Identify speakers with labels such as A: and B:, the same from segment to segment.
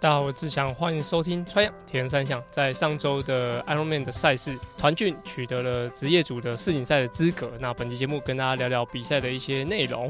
A: 大家好，我是志祥，欢迎收听穿氧铁人三项。在上周的 Ironman 的赛事，团俊取得了职业组的世锦赛的资格。那本期节目跟大家聊聊比赛的一些内容。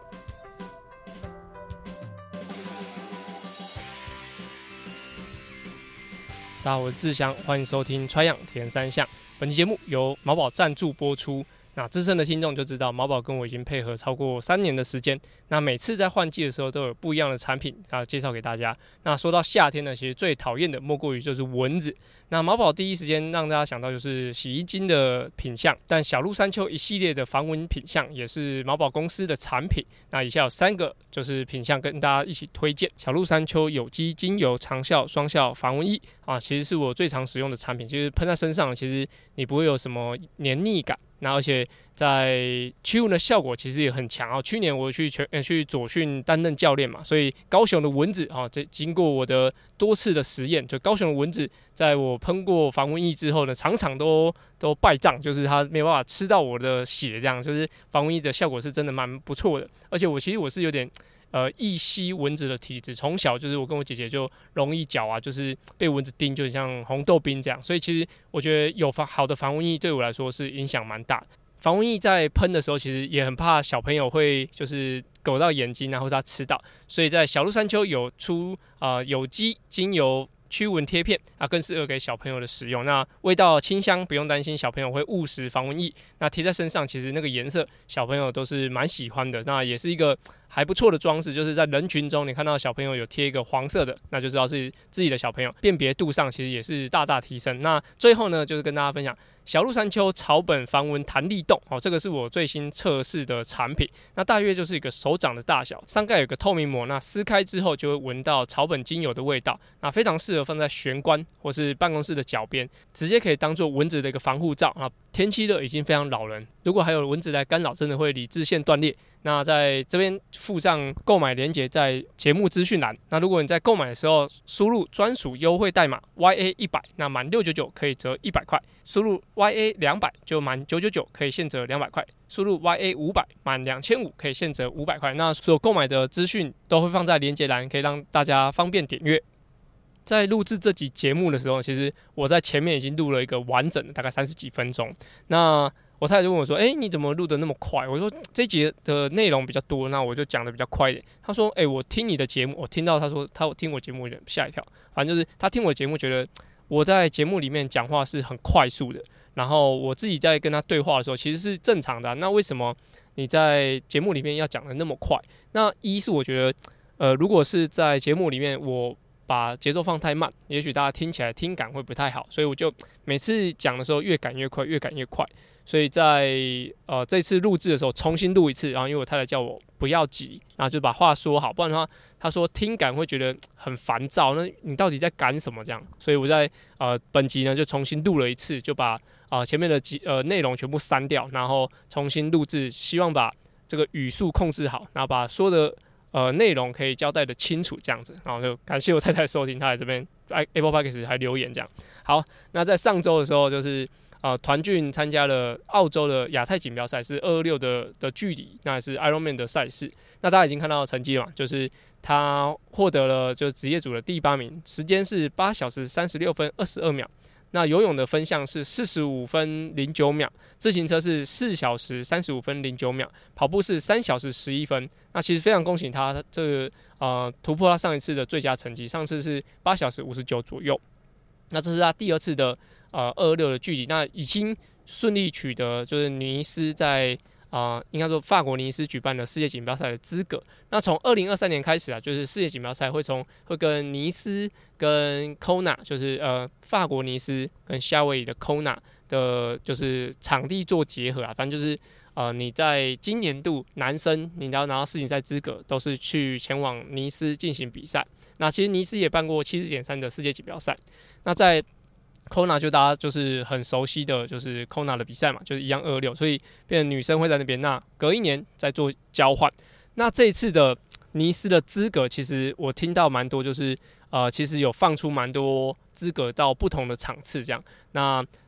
A: 大家好，我是志祥，欢迎收听穿氧铁人三项。本期节目由毛宝赞助播出。那资深的听众就知道，毛宝跟我已经配合超过3年的时间。那每次在换季的时候，都有不一样的产品介绍给大家。那说到夏天呢，其实最讨厌的莫过于就是蚊子。那毛宝第一时间让大家想到就是洗衣精的品项，但小鹿山丘一系列的防蚊品项也是毛宝公司的产品。那以下有3个就是品项跟大家一起推荐：小鹿山丘有机精油长效双效防蚊液其实是我最常使用的产品。其实喷在身上，其实你不会有什么黏腻感。那而且在驱蚊的效果其实也很强去年我去左训担任教练嘛，所以高雄的蚊子这经过我的多次的实验，就高雄的蚊子在我喷过防蚊液之后呢，常常都败仗，就是它没有办法吃到我的血，这样就是防蚊液的效果是真的蛮不错的。而且我是有点易吸蚊子的体质，从小就是我跟我姐姐就容易脚就是被蚊子叮，就像红豆冰这样，所以其实我觉得有好的防蚊液对我来说是影响蛮大的。防蚊液在喷的时候，其实也很怕小朋友会就是狗到眼睛或者他吃到，所以在小鹿山丘有出有机精油驱蚊贴片更适合给小朋友的使用。那味道清香，不用担心小朋友会误食防蚊液。那贴在身上，其实那个颜色小朋友都是蛮喜欢的。那也是一个还不错的装饰，就是在人群中你看到小朋友有贴一个黄色的，那就知道是自己的小朋友，辨别度上其实也是大大提升。那最后呢，就是跟大家分享小鹿山丘草本防蚊弹力洞这个是我最新测试的产品。那大约就是一个手掌的大小，上盖有个透明膜，那撕开之后就会闻到草本精油的味道。那非常适合放在玄关或是办公室的脚边，直接可以当做蚊子的一个防护罩。天气热已经非常扰人，如果还有蚊子来干扰，真的会理智线断裂。那在这边附上购买连结在节目资讯栏。那如果你在购买的时候输入专属优惠代码 YA100， 那满699可以折100块；输入 YA200 就满999可以现折200块；输入 YA500 满2500可以现折500块。那所有购买的资讯都会放在连结栏，可以让大家方便点阅。在录制这集节目的时候，其实我在前面已经录了一个完整的大概30几分钟。那我太太就问我说：“你怎么录得那么快？”我说：“这一集的内容比较多，那我就讲得比较快一点。”他说：“我听你的节目，我听到他说他听我节目有点吓一跳。反正就是他听我节目，觉得我在节目里面讲话是很快速的，然后我自己在跟他对话的时候其实是正常的那为什么你在节目里面要讲得那么快？那一是我觉得，如果是在节目里面我把节奏放太慢，也许大家听起来听感会不太好，所以我就每次讲的时候越赶越快，越赶越快。所以在这次录制的时候重新录一次，然后因为我太太叫我不要急，然后就把话说好，不然的话她说听感会觉得很烦躁，那你到底在赶什么这样？所以我在本集呢就重新录了一次，就把前面的内容全部删掉，然后重新录制，希望把这个语速控制好，然后把所有的内容可以交代的清楚这样子。然后就感谢我太太收听，她在这边 Apple Podcast 还留言这样。好，那在上周的时候就是团俊参加了澳洲的亚太锦标赛，是226的距离，那也是 Ironman 的赛事。那大家已经看到成绩了嘛，就是他获得了就是职业组的第8名，时间是8小时36分22秒。那游泳的分项是45分09秒，自行车是4小时35分09秒，跑步是3小时11分。那其实非常恭喜他这个突破他上一次的最佳成绩，上次是8小时59左右。那这是他第2次的226的距离，那已经顺利取得就是尼斯在应该说法国尼斯举办的世界锦标赛的资格。那从2023年开始就是世界锦标赛会跟尼斯跟 Kona， 就是法国尼斯跟夏威夷的 Kona 的就是场地做结合反正就是你在今年度男生你要拿到世锦赛资格，都是去前往尼斯进行比赛。那其实尼斯也办过 70.3 的世界锦标赛。那在 Kona 就大家就是很熟悉的就是 Kona 的比赛嘛，就是一样226，所以变成女生会在那边，那隔一年再做交换。那这一次的尼斯的资格，其实我听到蛮多，就是其实有放出蛮多资格到不同的场次这样。那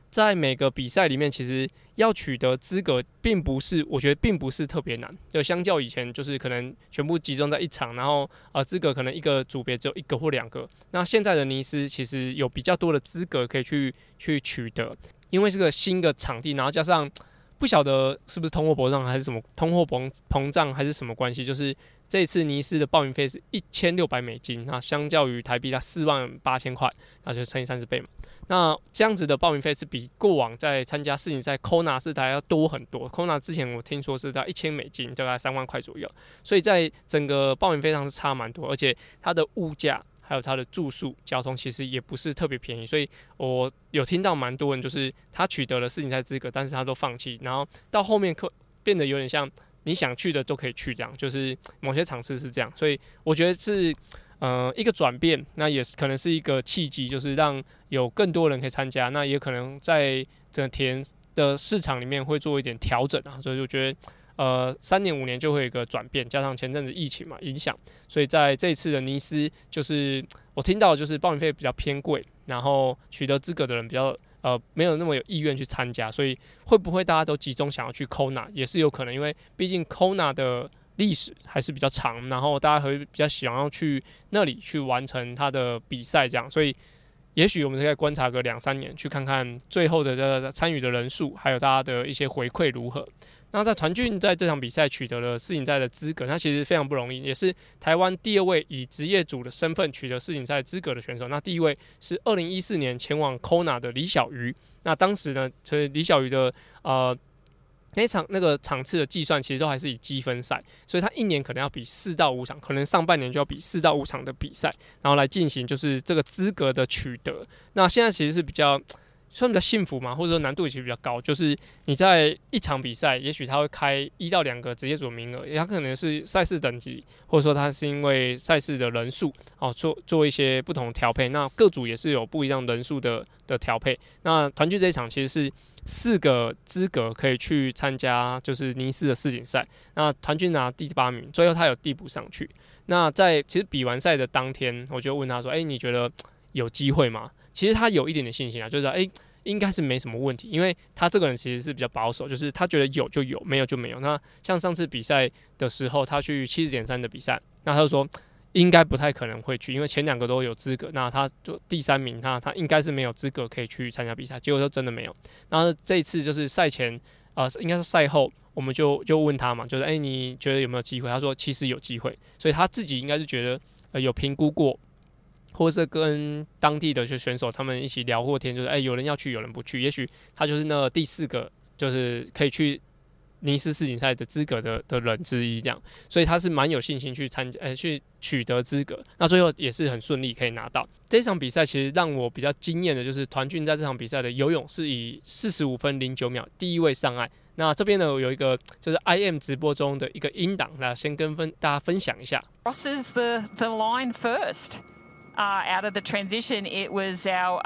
A: 在每个比赛里面，其实要取得资格，我觉得并不是特别难。就相较以前，就是可能全部集中在一场，然后资格可能一个组别只有1个或2个。那现在的尼斯其实有比较多的资格可以去取得，因为是个新的场地，然后加上不晓得是不是通货膨胀还是什么通货膨胀还是什么关系，就是这一次尼斯的报名费是$1600，那相较于台币它48000块，那就乘以30倍嘛。那这样子的报名费是比过往在参加世锦赛 Kona 是大概要多很多。Kona 之前我听说是在$1000，大概3万块左右，所以在整个报名费上是差蛮多，而且它的物价还有它的住宿、交通其实也不是特别便宜，所以我有听到蛮多人就是他取得了世锦赛资格，但是他都放弃，然后到后面变得有点像你想去的都可以去这样，就是某些场次是这样，所以我觉得是一个转变，那也可能是一个契机，就是让有更多人可以参加，那也可能在整个田的市场里面会做一点调整啊，所以我觉得3年5年就会有一个转变，加上前阵子疫情嘛影响，所以在这一次的尼斯，就是我听到就是报名费比较偏贵，然后取得资格的人比较没有那么有意愿去参加，所以会不会大家都集中想要去 Kona 也是有可能，因为毕竟 Kona 的历史还是比较长，然后大家会比较想要去那里去完成他的比赛，这样，所以也许我们可以观察个2-3年，去看看最后的参与的人数，还有大家的一些回馈如何。那在团俊在这场比赛取得了世锦赛的资格，他其实非常不容易，也是台湾第2位以职业组的身份取得世锦赛资格的选手。那第1位是2014年前往 Kona 的李小鱼。那当时呢，所以李小鱼的那个场次的计算其实都还是以积分赛，所以他1年可能要比4到5场，可能上半年就要比4到5场的比赛，然后来进行就是这个资格的取得。那现在其实是比较算比较幸福嘛，或者说难度其实比较高，就是你在一场比赛，也许他会开1到2个职业组名额，它可能是赛事等级，或者说它是因为赛事的人数做一些不同的调配。那各组也是有不一样人数的调配。那团聚这一场其实是4个资格可以去参加，就是尼斯的世锦赛。那团俊拿第8名，最后他有递补上去。那在其实比完赛的当天，我就问他说：“你觉得有机会吗？”其实他有一点点信心啊，就是应该是没什么问题，因为他这个人其实是比较保守，就是他觉得有就有，没有就没有。那像上次比赛的时候，他去70.3的比赛，那他就说应该不太可能会去，因为前2个都有资格，那他就第3名，他应该是没有资格可以去参加比赛，结果就真的没有。然后这一次就是赛前应该是赛后，我们就问他嘛，就是你觉得有没有机会？他说其实有机会，所以他自己应该是觉得有评估过。或是跟当地的选手他们一起聊过天，就是有人要去，有人不去，也许他就是那第4个，就是可以去尼斯世锦赛的资格的人之一，这样，所以他是蛮有信心去去取得资格。那最后也是很顺利可以拿到。这场比赛其实让我比较惊艳的就是团俊在这场比赛的游泳是以45分09秒第1位上岸。那这边呢有一个就是 IM 直播中的一个音档，那先跟大家分享一下。
B: Crosses the line first. Out of the transition, it was our,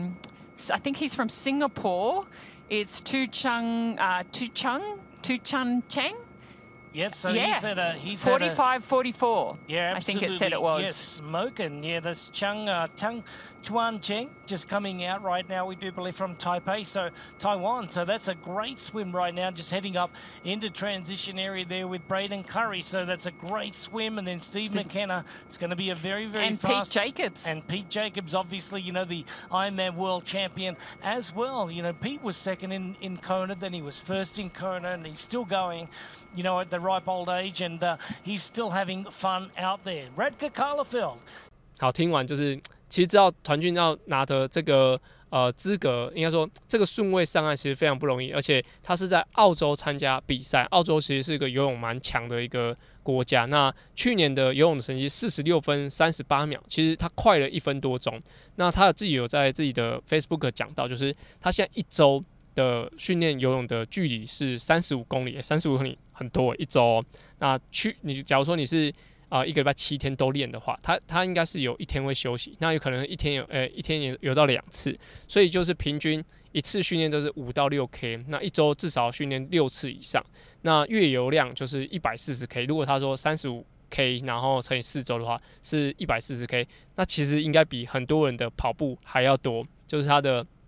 B: I think he's from Singapore. It's Tu Chun Chang.
C: Yep, so
B: yeah.
C: he's
B: 45-44.
C: Yeah, absolutely.
B: I think it said it was.
C: Yes, smoking. Yeah, that's Tuan Cheng just coming out right now, we do believe, from Taipei, so Taiwan. So that's a great swim right now, just heading up into transition area there with Braden Curry. So that's a great swim. And then Steve McKenna, it's going to be a very, very
B: and
C: fast.
B: Pete Jacobs.
C: And Pete Jacobs, obviously, the Ironman world champion as well. Pete was second in Kona, then he was first in Kona, and he's still going, at the ripe old age, and he's still having fun out there. Radka Karlefeld.
A: 好，听完就是其实知道团俊要拿的这个资格，应该说这个顺位上岸其实非常不容易，而且他是在澳洲参加比赛。澳洲其实是一个游泳蛮强的一个国家。那去年的游泳的成绩46分38秒，其实他快了1分多钟。那他自己有在自己的 Facebook 讲到，就是他现在1周的训练游泳的距离是35公里，35公里很多1周。那你假如说你是一个礼拜7天都练的话，他应该是有1天会休息，那有可能一天游到2次，所以就是平均一次训练都是5到6K， 那1周至少训练6次以上。那月游量就是140K， 如果他说35K， 然后乘以4周的话是140K， 那其实应该比很多人的跑步还要多，就是他的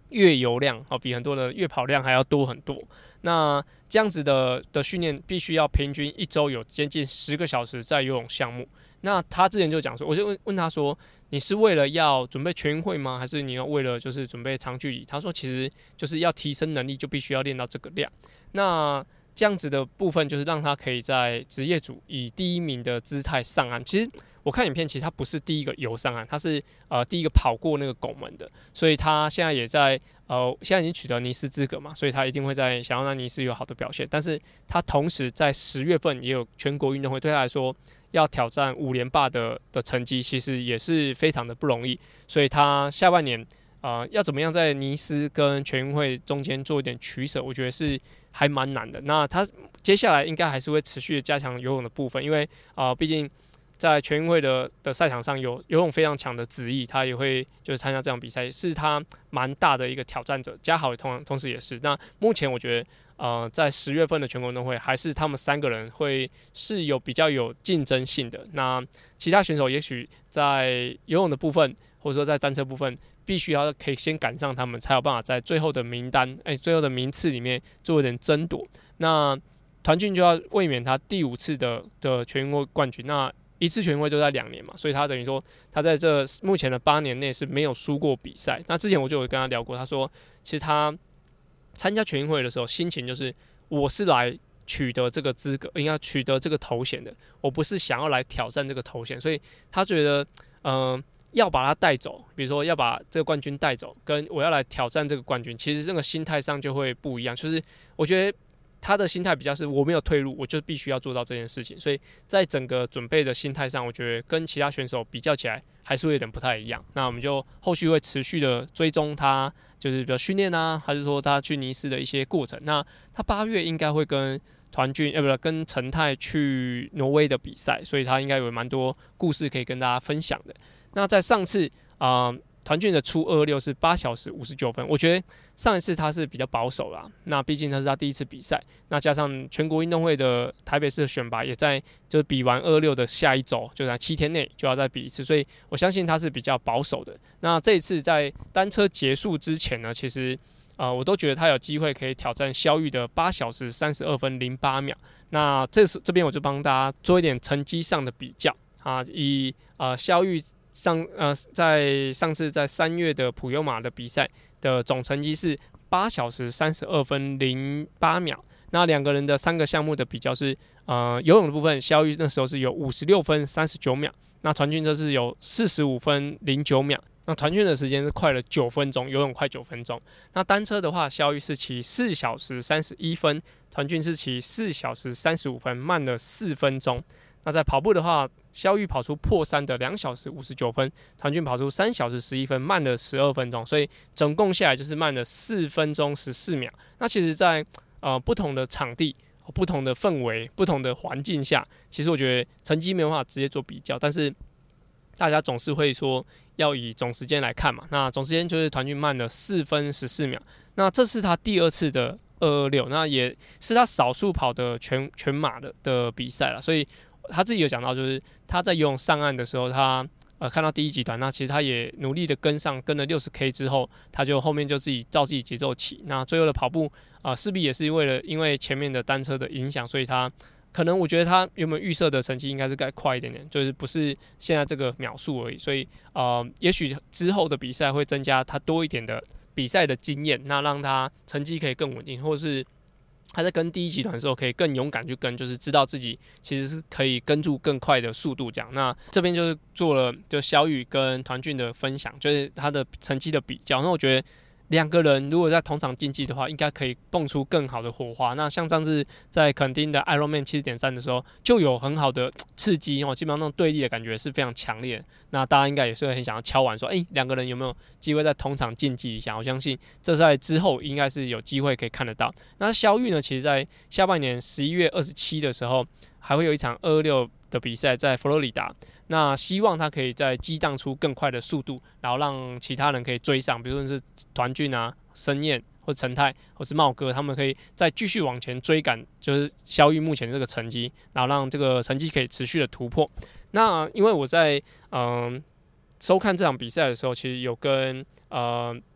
A: 月游量比很多的月跑量还要多很多。那这样子的训练必须要平均1周有接近10个小时在游泳项目。那他之前就讲说，我就问他说，你是为了要准备全运会吗？还是你要为了就是准备长距离？他说其实就是要提升能力，就必须要练到这个量。那这样子的部分就是让他可以在职业组以第1名的姿态上岸。其实我看影片，其实他不是第一个游上岸，他是第一个跑过那个拱门的，所以他现在也在现在已经取得尼斯资格嘛，所以他一定会在想要让尼斯有好的表现。但是他同时在10月份也有全国运动会，对他来说要挑战5连霸的成绩，其实也是非常的不容易。所以他下半年要怎么样在尼斯跟全运会中间做一点取舍，我觉得是还蛮难的。那他接下来应该还是会持续的加强游泳的部分，因为毕竟在全运会的赛场上有游泳非常强的子毅，他也会就是参加这场比赛，是他蛮大的一个挑战者。嘉豪同时也是。那目前我觉得在10月份的全国运动会，还是他们3个人会是有比较有竞争性的。那其他选手也许在游泳的部分，或者说在单车部分，必须要可以先赶上他们，才有办法在最后的名单、最后的名次里面做一点争夺。那团俊就要卫冕他第5次的全运会冠军。那1次全运会就在2年嘛，所以他等于说他在这目前的8年内是没有输过比赛。那之前我就有跟他聊过，他说其实他参加全运会的时候心情就是我是来取得这个资格，应该取得这个头衔的，我不是想要来挑战这个头衔，所以他觉得要把他带走，比如说要把这个冠军带走，跟我要来挑战这个冠军，其实这个心态上就会不一样。就是我觉得他的心态比较是我没有退路，我就必须要做到这件事情，所以在整个准备的心态上，我觉得跟其他选手比较起来还是会有点不太一样。那我们就后续会持续的追踪他，就是比如训练啊，还是说他去尼斯的一些过程。那他8月应该会跟团俊跟陈泰去挪威的比赛，所以他应该有蛮多故事可以跟大家分享的。那在上次团俊的出226是8小时59分，我觉得上一次他是比较保守啦。那毕竟他是他第1次比赛，那加上全国运动会的台北市的选拔也在就是比完226的下一周，就在7天内就要再比1次，所以我相信他是比较保守的。那这一次在单车结束之前呢，其实我都觉得他有机会可以挑战萧玉的8小时32分08秒。那这边我就帮大家做一点成绩上的比较以萧玉在上次在3月的普悠玛的比赛的总成绩是8小时32分08秒。那2个人的3个项目的比较是游泳的部分，萧玉那时候是有56分39秒，那团俊这是有45分09秒。那团俊的时间是快了9分钟，游泳快9分钟。那单车的话，萧玉是骑4小时31分，团俊是骑4小时35分，慢了4分钟。那在跑步的话，萧玉跑出破3的2小时59分，团俊跑出3小时11分，慢了12分钟，所以总共下来就是慢了4分钟14秒。那其实在不同的场地、不同的氛围、不同的环境下，其实我觉得成绩没有办法直接做比较，但是大家总是会说要以总时间来看嘛。那总时间就是团俊慢了4分14秒。那这是他第2次的226，那也是他少数跑的全马的比赛了，所以他自己有讲到，就是他在游泳上岸的时候，他看到第1集团，那其实他也努力的跟了 60K 之后，他就后面就照自己节奏骑。那最后的跑步势必也是因为前面的单车的影响，所以他可能我觉得他原本预设的成绩应该是该快一点点，就是不是现在这个秒数而已。所以也许之后的比赛会增加他多一点的比赛的经验，那让他成绩可以更稳定，或是他在跟第1集团的时候可以更勇敢去跟，就是知道自己其实是可以跟住更快的速度这样。那这边就是做了就萧玉跟团俊的分享，就是他的成绩的比较。那我觉得2个人如果在同场竞技的话，应该可以蹦出更好的火花。那像上次在垦丁的 Ironman 70.3的时候，就有很好的刺激基本上那种对立的感觉是非常强烈的。那大家应该也是很想要敲碗说，2个人有没有机会在同场竞技一下？我相信这在之后应该是有机会可以看得到。那萧玉呢，其实在下半年11月27的时候，还会有一场226的比赛在佛罗里达。那希望他可以再激荡出更快的速度，然后让其他人可以追上，比如说是团俊啊、申燕或陈泰或是茂哥，他们可以再继续往前追赶，就是萧玉目前这个成绩，然后让这个成绩可以持续的突破。那因为我在收看这场比赛的时候，其实有跟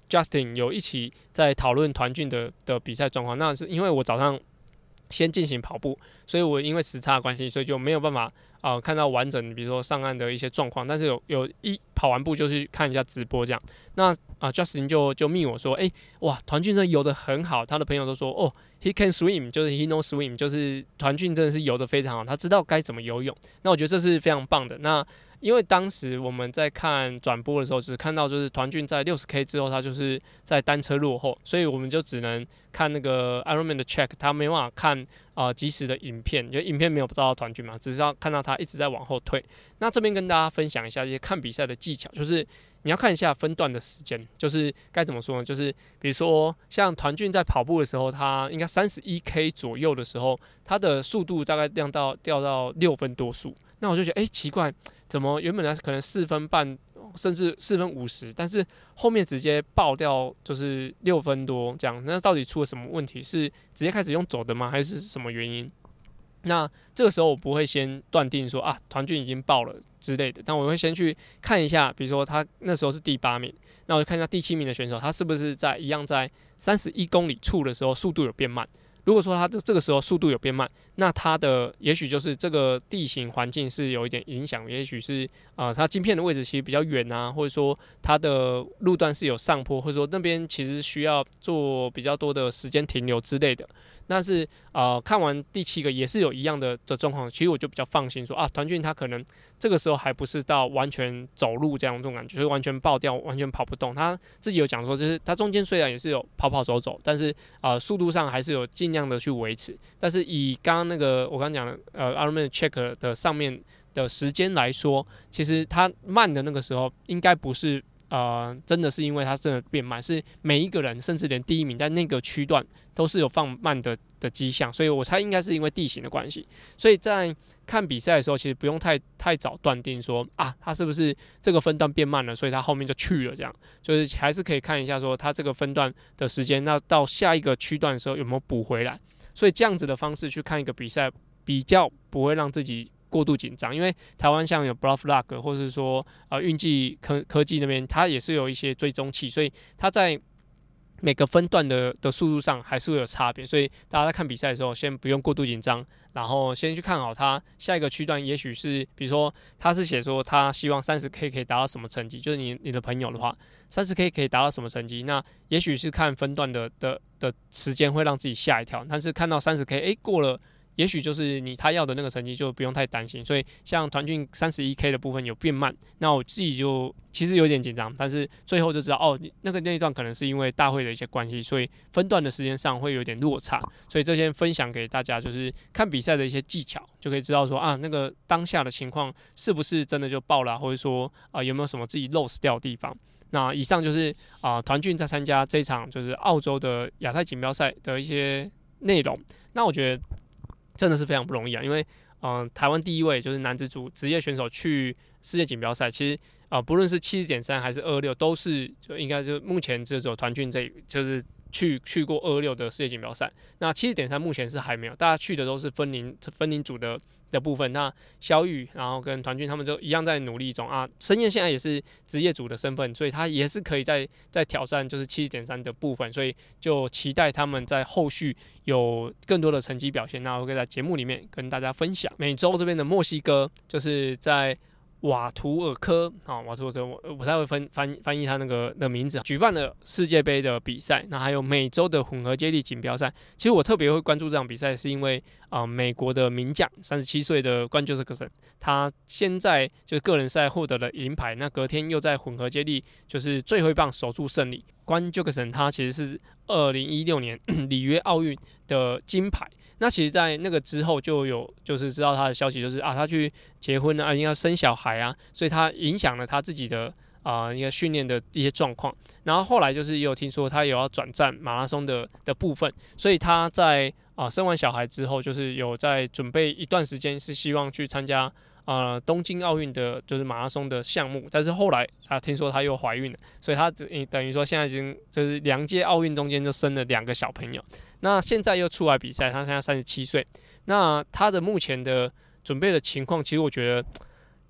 A: Justin 有一起在讨论团俊的比赛状况。那是因为我早上先进行跑步，所以我因为时差的关系，所以就没有办法看到完整，比如说上岸的一些状况。但是有一跑完步就去看一下直播这样。那Justin 就密我说，哇，团俊真的游得很好，他的朋友都说，哦 ，he can swim， 就是 he knows swim， 就是团俊真的是游得非常好，他知道该怎么游泳。那我觉得这是非常棒的。那因为当时我们在看转播的时候，只看到就是团俊在 60K 之后，他就是在单车落后，所以我们就只能看那个 Ironman 的 check， 他没办法看即时的影片，就影片没有照到团俊嘛，只是要看到他一直在往后退。那这边跟大家分享一下一些看比赛的技巧，就是你要看一下分段的时间，就是该怎么说呢？就是比如说像团俊在跑步的时候，他应该31K 左右的时候，他的速度大概掉到6分多速。那我就觉得奇怪，怎么原本来可能4分半甚至4分50，但是后面直接爆掉就是6分多这样，那到底出了什么问题？是直接开始用走的吗？还是什么原因？那这个时候我不会先断定说团俊已经爆了之类的，但我会先去看一下，比如说他那时候是第8名，那我就看一下第7名的选手，他是不是一样在31公里处的时候速度有变慢。如果说他这个时候速度有变慢，那他的也许就是这个地形环境是有一点影响，也许是他晶片的位置其实比较远啊，或者说他的路段是有上坡，或者说那边其实需要做比较多的时间停留之类的。但是看完第7个也是有一样的状况，其实我就比较放心说团俊他可能这个时候还不是到完全走路这样这种感觉，就是完全爆掉，完全跑不动。他自己有讲说，就是他中间虽然也是有跑走，但是速度上还是有尽量的去维持。但是以刚刚那个我刚刚讲的Ironman check 的上面的时间来说，其实他慢的那个时候应该不是真的是因为他真的变慢，是每一个人甚至连第1名在那个区段都是有放慢的迹象，所以我猜应该是因为地形的关系。所以在看比赛的时候，其实不用太早断定说他是不是这个分段变慢了，所以他后面就去了这样，就是还是可以看一下说他这个分段的时间，那到下一个区段的时候有没有补回来。所以这样子的方式去看一个比赛，比较不会让自己过度紧张，因为台湾像有 Blufflock 或是说运技科技那边，它也是有一些追踪器，所以它在每个分段的速度上还是会有差别。所以大家在看比赛的时候，先不用过度紧张，然后先去看好它下一个区段，也许是比如说他是写说他希望30K 可以达到什么成绩，就是你的朋友的话，30K 可以达到什么成绩，那也许是看分段的时间会让自己吓一跳，但是看到30K 过了。也许就是他要的那个成绩，就不用太担心。所以像团俊31K 的部分有变慢，那我自己就其实有点紧张，但是最后就知道那一段可能是因为大会的一些关系，所以分段的时间上会有点落差。所以这些分享给大家，就是看比赛的一些技巧，就可以知道说那个当下的情况是不是真的就爆了，或者说有没有什么自己 lose 掉的地方。那以上就是团俊在参加这一场就是澳洲的亚太锦标赛的一些内容。那我觉得真的是非常不容易因为台湾第1位就是男子组职业选手去世界锦标赛，其实不论是70.3还是26，都是就应该就目前只有团俊就是去过26的世界锦标赛。那70.3目前是还没有，大家去的都是分龄组的部分。那萧玉然后跟团俊他们就一样在努力中申燕现在也是职业组的身份，所以他也是可以在挑战就是70.3的部分，所以就期待他们在后续有更多的成绩表现。那我会在节目里面跟大家分享。美洲这边的墨西哥就是在瓦图尔科我不太会翻译他那个的名字，举办了世界杯的比赛，那还有美洲的混合接力锦标赛。其实我特别会关注这场比赛，是因为美国的名将37岁的关丘克森，他现在就是个人赛获得了银牌，那隔天又在混合接力就是最后一棒守住胜利。关丘克森他其实是2016年里约奥运的金牌。那其实，在那个之后就有就是知道他的消息，就是他去结婚应该生小孩所以他影响了他自己的一个训练的一些状况。然后后来就是也有听说他有要转战马拉松的部分，所以他在生完小孩之后，就是有在准备一段时间，是希望去参加东京奥运的就是马拉松的项目。但是后来听说她又怀孕了，所以她等于说现在已经就是2届奥运中间就生了2个小朋友。那现在又出来比赛，她现在37岁。那她的目前的准备的情况，其实我觉得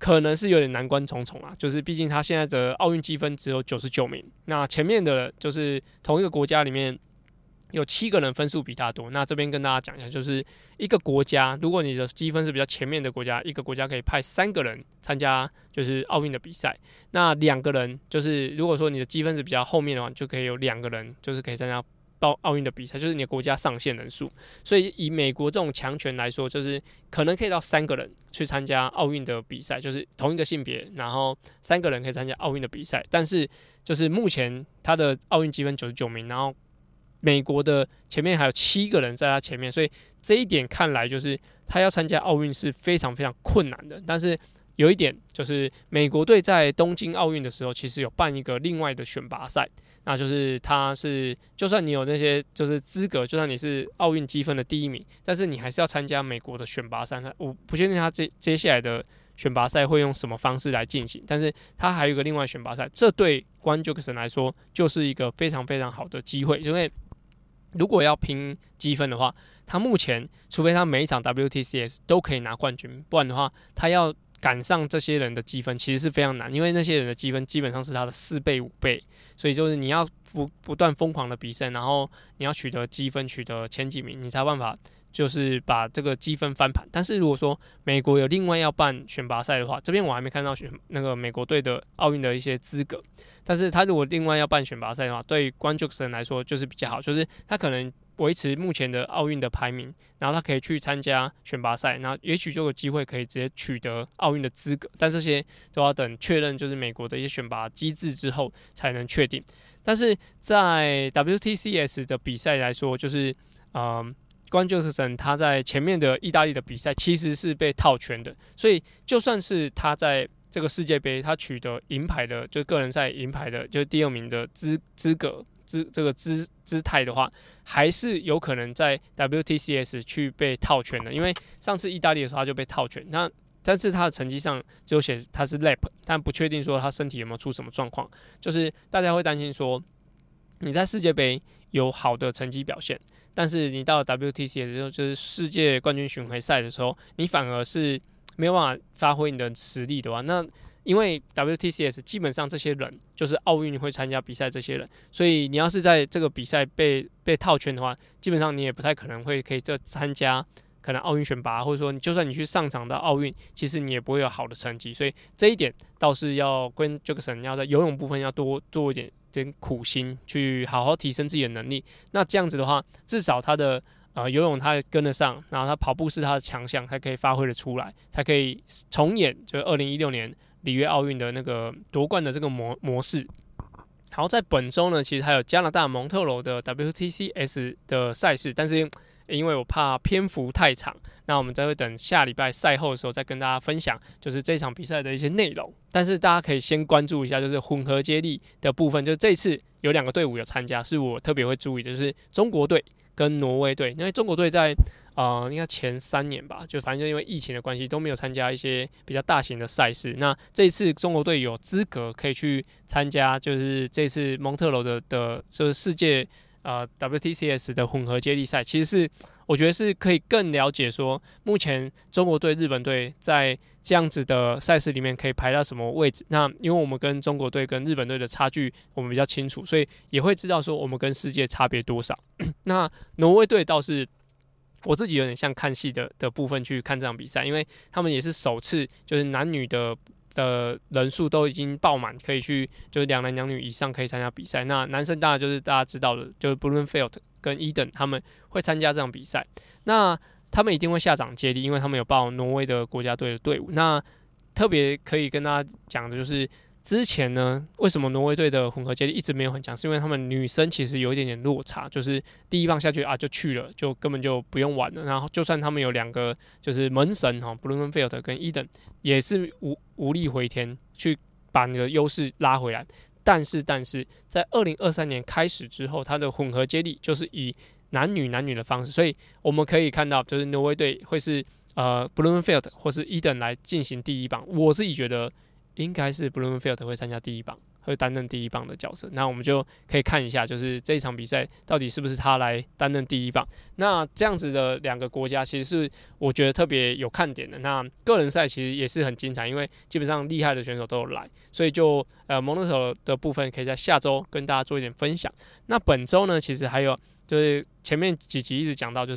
A: 可能是有点难关重重啊，就是毕竟他现在的奥运积分只有99名，那前面的就是同一个国家里面有7个人分数比他多。那这边跟大家讲一下，就是一个国家，如果你的积分是比较前面的国家，一个国家可以派3个人参加就是奥运的比赛。那2个人就是如果说你的积分是比较后面的话，就可以有2个人就是可以参加奥运的比赛，就是你的国家上限人数。所以以美国这种强权来说，就是可能可以到3个人去参加奥运的比赛，就是同一个性别，然后3个人可以参加奥运的比赛。但是就是目前他的奥运积分99名，然后美国的前面还有7个人在他前面，所以这一点看来就是他要参加奥运是非常非常困难的。但是有一点就是美国队在东京奥运的时候，其实有办一个另外的选拔赛，那就是他是就算你有那些就是资格，就算你是奥运积分的第1名，但是你还是要参加美国的选拔赛。我不确定他接下来的选拔赛会用什么方式来进行，但是他还有一个另外选拔赛，这对关宥克森来说就是一个非常非常好的机会，因为如果要拼积分的话，他目前除非他每一场 WTCS 都可以拿冠军，不然的话他要赶上这些人的积分其实是非常难，因为那些人的积分基本上是他的4倍5倍，所以就是你要不断疯狂的比赛，然后你要取得积分，取得前几名，你才有办法就是把这个积分翻盘。但是如果说美国有另外要办选拔赛的话，这边我还没看到那个美国队的奥运的一些资格，但是他如果另外要办选拔赛的话，对关宥克森来说就是比较好，就是他可能维持目前的奥运的排名，然后他可以去参加选拔赛，然后也许就有机会可以直接取得奥运的资格，但这些都要等确认就是美国的一些选拔机制之后才能确定。但是在 WTCS 的比赛来说，就是关宥克森他在前面的意大利的比赛其实是被套圈的，所以就算是他在这个世界杯他取得银牌的，就是个人赛银牌的，就是第2名的资格这个姿态的话，还是有可能在 WTCS 去被套圈的，因为上次意大利的时候他就被套圈，但是他的成绩上只有写他是 lap， 但不确定说他身体有没有出什么状况，就是大家会担心说你在世界杯有好的成绩表现，但是你到了 WTCS 的时候，就是世界冠军巡回赛的时候，你反而是没有办法发挥你的实力的话，那因为 WTCS 基本上这些人就是奥运会参加比赛这些人，所以你要是在这个比赛被套圈的话，基本上你也不太可能可以参加可能奥运选拔，或者说就算你去上场到奥运，其实你也不会有好的成绩。所以这一点倒是要跟宥克森要在游泳部分要多做一点苦心，去好好提升自己的能力。那这样子的话，至少他的游泳他跟得上，然后他跑步是他的强项，才可以发挥得出来，才可以重演就是2016年里约奥运的那个夺冠的这个模式。好，在本周呢，其实还有加拿大蒙特娄的 WTCS 的赛事，但是因为我怕篇幅太长，那我们再会等下礼拜赛后的时候再跟大家分享，就是这场比赛的一些内容。但是大家可以先关注一下，就是混合接力的部分，就是这次有2个队伍有参加，是我特别会注意的，就是中国队跟挪威队，因为中国队在应该前3年吧，就反正就因为疫情的关系都没有参加一些比较大型的赛事。那这一次中国队有资格可以去参加，就是这次蒙特娄的就是世界WTCS 的混合接力赛，其实是我觉得是可以更了解说目前中国队、日本队在这样子的赛事里面可以排到什么位置。那因为我们跟中国队跟日本队的差距我们比较清楚，所以也会知道说我们跟世界差别多少。那挪威队倒是我自己有点像看戏的部分去看这场比赛，因为他们也是首次就是男女的人数都已经爆满，可以去就是2男2女以上可以参加比赛。那男生当然就是大家知道的，就是 Blummenfelt 跟 Eden 他们会参加这场比赛。那他们一定会下场接力，因为他们有报挪威的国家队的队伍。那特别可以跟大家讲的就是，之前呢，为什么挪威队的混合接力一直没有很强？是因为他们女生其实有一点点落差，就是第一棒下去就去了，就根本就不用玩了。然后就算他们有2个就是门神Blummenfelt 跟 Eden 也是无力回天去把你的优势拉回来。但是在2023年开始之后，它的混合接力就是以男女的方式，所以我们可以看到，就是挪威队会是Blummenfelt 或是 Eden 来进行第一棒。我自己觉得应该是 Blummenfelt 会参加第一棒， 会担任第一棒的角色。那我们就可以看一下，就是这一场比赛到底是不是他来担任第一棒。那这样子的2个国家，其实是我觉得特别有看点的。那个人赛其实也是很精彩，因为基本上厉害的选手都有来，所以就蒙特手的部分可以在下周跟大家做一点分享。那本周呢，其实还有就是前面几集一直讲到，就是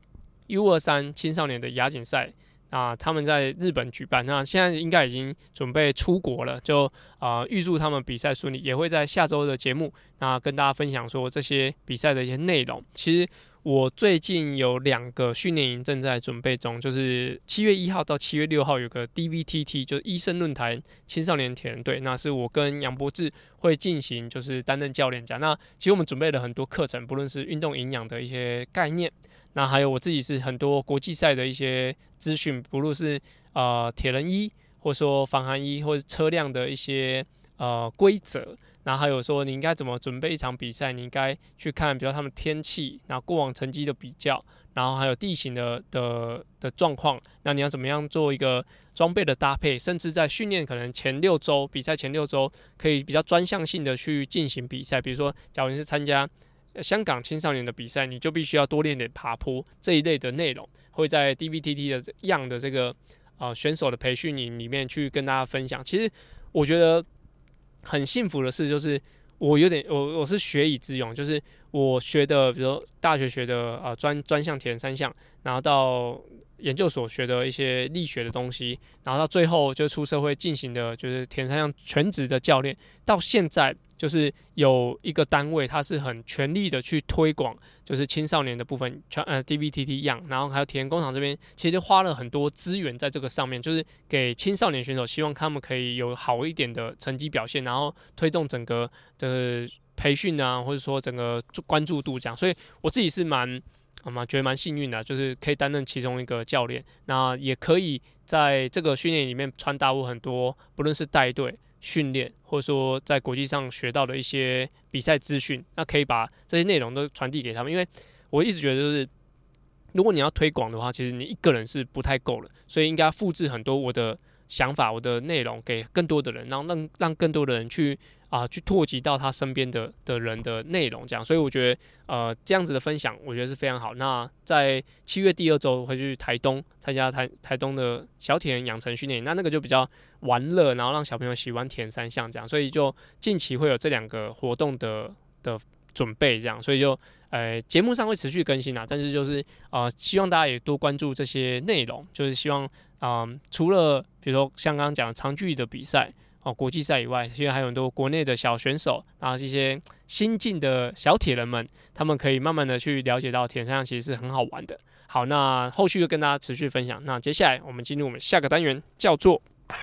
A: U23 青少年的亚锦赛。他们在日本举办，那现在应该已经准备出国了，就预祝他们比赛顺利，也会在下周的节目跟大家分享说这些比赛的一些内容。其实我最近有2个训练营正在准备中，就是7月1号到7月6号有个 DVTT， 就是医生论坛青少年铁人队，那是我跟杨博志会进行，就是担任教练这样。那其实我们准备了很多课程，不论是运动营养的一些概念。那还有我自己是很多国际赛的一些资讯，不论是铁人衣，或者说防寒衣，或者车辆的一些规则，然后还有说你应该怎么准备一场比赛，你应该去看，比如他们天气，然后过往成绩的比较，然后还有地形的状况，那你要怎么样做一个装备的搭配，甚至在训练可能前6周，比赛前6周可以比较专项性的去进行比赛，比如说假如你是参加香港青少年的比赛，你就必须要多练点爬坡这一类的内容，会在 DVTT 的样的这个选手的培训营里面去跟大家分享。其实我觉得很幸福的事就是我是学以致用，就是我学的，比如说大学学的专项铁人3项，然后到研究所学的一些力学的东西，然后到最后就出社会进行的就是铁人3项全职的教练，到现在。就是有一个单位，它是很全力的去推广，就是青少年的部分，DVTT 样，然后还有铁人工厂这边，其实花了很多资源在这个上面，就是给青少年选手，希望他们可以有好一点的成绩表现，然后推动整个的培训啊，或者说整个关注度这样。所以我自己是觉得蛮幸运的，就是可以担任其中一个教练，那也可以在这个训练里面传达我很多，不论是带队。训练，或者说在国际上学到的一些比赛资讯，那可以把这些内容都传递给他们。因为我一直觉得，就是如果你要推广的话，其实你一个人是不太够了，所以应该复制很多我的想法、我的内容给更多的人，然后让更多的人去拓及到他身边的人的内容，这样。所以我觉得这样子的分享，我觉得是非常好。那在7月第2周会去台东参加台东的小铁人养成训练，那个就比较玩乐，然后让小朋友喜欢铁人3项这样。所以就近期会有这2个活动的准备这样，所以就节目上会持续更新啦。但是就是希望大家也多关注这些内容，就是希望除了比如说像刚刚讲的长距离的比赛。国际赛以外，其实还有很多国内的小选手，然后一些新进的小铁人们，他们可以慢慢的去了解到铁人3项其实是很好玩的。好，那后续就跟大家持续分享。那接下来我们进入我们下个单元，叫做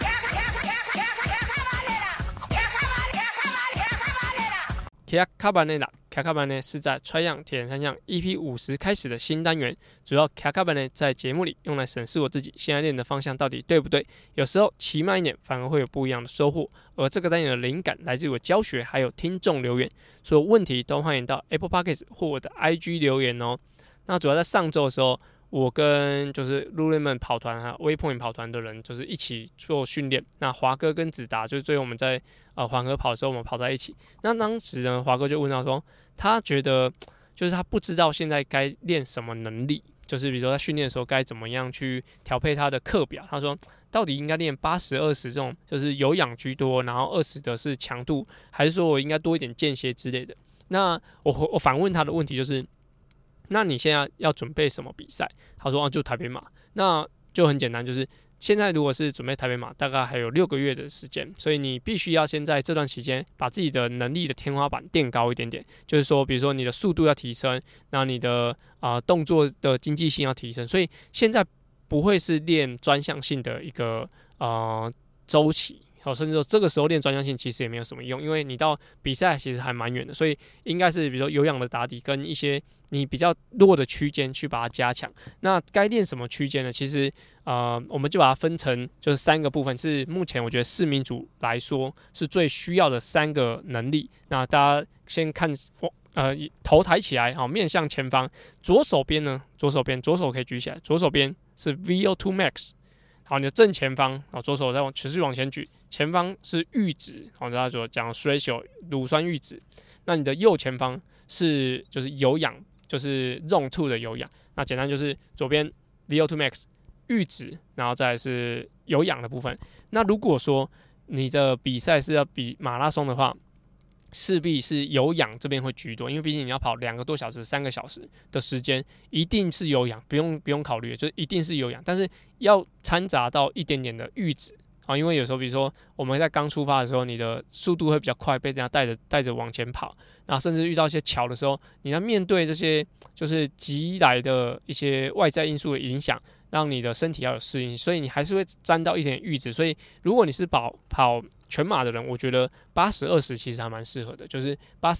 A: 卡巴内拉。卡卡班呢是在川样铁人3项 EP50 开始的新单元，主要卡卡班呢在节目里用来审视我自己现在练的方向到底对不对，有时候骑慢一点反而会有不一样的收获。而这个单元的灵感来自于我教学还有听众留言，所有问题都欢迎到 Apple Podcast 或我的 IG 留言哦。那主要在上周的时候，我跟就是 Lululemon 跑团还有 Waypoint 跑团的人就是一起做训练。那华哥跟子达就是最后我们在环河跑的时候我们跑在一起。那当时呢，华哥就问到说，他觉得就是他不知道现在该练什么能力，就是比如说在训练的时候该怎么样去调配他的课表。他说到底应该练80-20这种就是有氧居多，然后20的是强度，还是说我应该多一点间歇之类的。那我反问他的问题就是，那你现在要准备什么比赛？他说就台北马。那就很简单，就是现在如果是准备台北马，大概还有6个月的时间，所以你必须要先在这段期间把自己的能力的天花板垫高一点点，就是说比如说你的速度要提升，然后你的动作的经济性要提升，所以现在不会是练专项性的一个周期。甚至说这个时候练专项性其实也没有什么用，因为你到比赛其实还蛮远的，所以应该是比如说有氧的打底跟一些你比较弱的区间去把它加强。那该练什么区间呢？其实我们就把它分成就是3个部分，是目前我觉得市民组来说是最需要的3个能力。那大家先看头抬起来，面向前方，左手边可以举起来，左手边是 VO2 Max。 好，你的正前方左手再持续往前举，前方是阈值，大家所讲的 ratio 乳酸阈值。那你的右前方是就是有氧，就是 Zone 2的有氧。那简单就是左边 VO2 max 阈值，然后再来是有氧的部分。那如果说你的比赛是要比马拉松的话，势必是有氧这边会居多，因为毕竟你要跑2个多小时、3个小时的时间，一定是有氧，不用考虑，就一定是有氧，但是要掺杂到一点点的阈值啊，因为有时候比如说我们在刚出发的时候，你的速度会比较快，被人家带着往前跑，然后甚至遇到一些桥的时候，你要面对这些就是急来的一些外在因素的影响，让你的身体要有适应，所以你还是会沾到一点阈值。所以如果你是跑全马的人，我觉得80-20其实还蛮适合的，就是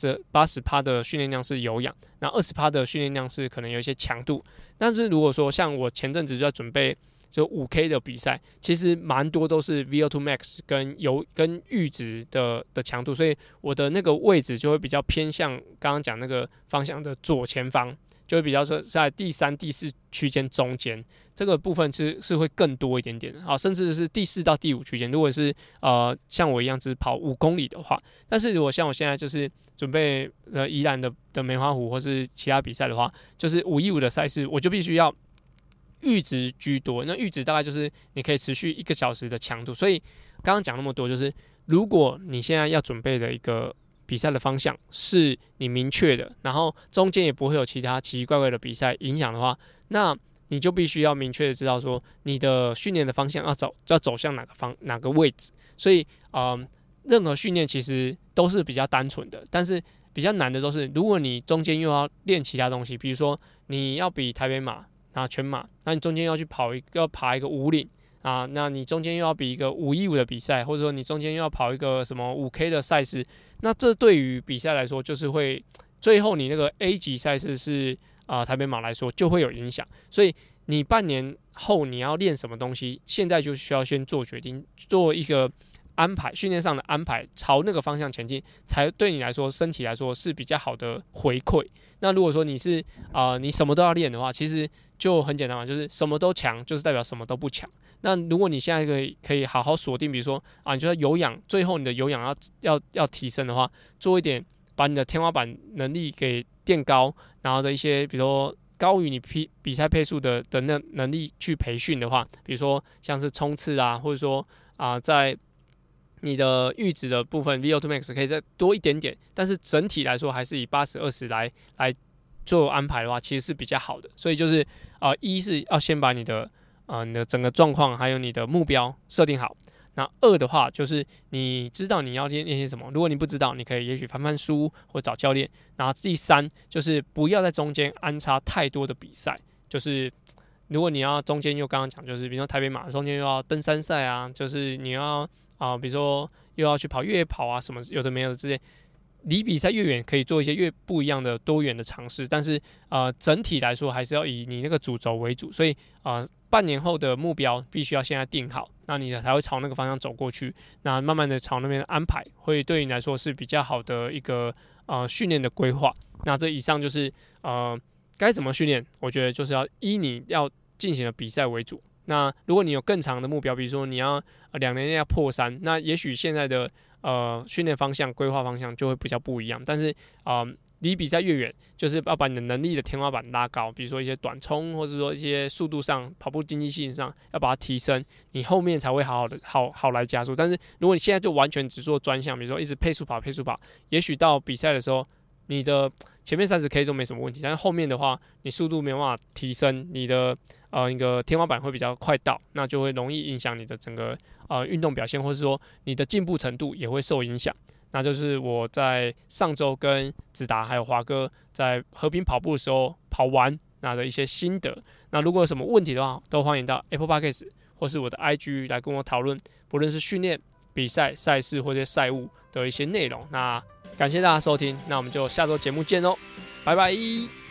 A: 80%的训练量是有氧，那20%的训练量是可能有一些强度。但是如果说像我前阵子就在准备就5K 的比赛，其实蛮多都是 VO2 max 跟阈值的强度，所以我的那个位置就会比较偏向刚刚讲那个方向的左前方，就会比较说在第3、第4区间中间，这个部分是会更多一点点的啊，甚至是第4到第5区间。如果是像我一样只跑5公里的话，但是如果像我现在就是准备宜兰的梅花湖或是其他比赛的话，就是515的赛事，我就必须要阈值居多。那阈值大概就是你可以持续1个小时的强度。所以刚刚讲那么多，就是如果你现在要准备的一个比赛的方向是你明确的，然后中间也不会有其他奇奇怪怪的比赛影响的话，那你就必须要明确的知道说你的训练的方向要走向哪个位置。所以任何训练其实都是比较单纯的，但是比较难的都是如果你中间又要练其他东西，比如说你要比台北马全马，那你中间要去要爬一个5岭啊，那你中间又要比一个515的比赛，或者说你中间又要跑一个什么5K 的赛事，那这对于比赛来说就是会最后你那个 A 级赛事是台北马来说就会有影响。所以你半年后你要练什么东西，现在就需要先做决定，做一个安排，训练上的安排，朝那个方向前进，才对你来说身体来说是比较好的回馈。那如果说你是你什么都要练的话，其实就很简单嘛，就是什么都强，就是代表什么都不强。那如果你现在可以好好锁定，比如说你觉得有氧，最后你的有氧要提升的话，做一点把你的天花板能力给垫高，然后的一些比如说高于你比赛配速的能力去培训的话，比如说像是冲刺啊，或者说在你的阈值的部分 VO2 max 可以再多一点点，但是整体来说还是以80-20来做安排的话，其实是比较好的。所以就是一是要先把你的整个状况还有你的目标设定好。那2的话就是你知道你要练些什么，如果你不知道，你可以也许翻书或找教练。然后第3就是不要在中间安插太多的比赛，就是如果你要中间又刚刚讲，就是比如说台北马中间又要登山赛啊，就是你要比如说又要去跑越野跑啊什么有的没有的之类，离比赛越远可以做一些越不一样的多元的尝试，但是整体来说还是要以你那个主轴为主。所以半年后的目标必须要现在定好，那你才会朝那个方向走过去，那慢慢的朝那边安排，会对你来说是比较好的一个训练的规划。那这以上就是该怎么训练，我觉得就是要以你要进行的比赛为主。那如果你有更长的目标，比如说你要2年内要破3，那也许现在的训练方向、规划方向就会比较不一样。但是离比赛越远，就是要把你的能力的天花板拉高，比如说一些短冲，或者说一些速度上、跑步经济性上要把它提升，你后面才会好来加速。但是如果你现在就完全只做专项，比如说一直配速跑，也许到比赛的时候，你的前面30K 都没什么问题，但是后面的话，你速度没办法提升，你的一个天花板会比较快到，那就会容易影响你的整个运动表现，或是说你的进步程度也会受影响。那就是我在上周跟子达还有华哥在和平跑步的时候跑完那的一些心得。那如果有什么问题的话，都欢迎到 Apple Podcast 或是我的 IG 来跟我讨论，不论是训练、比赛、赛事或者赛务的一些内容。那感谢大家收听，那我们就下周节目见喽，拜拜。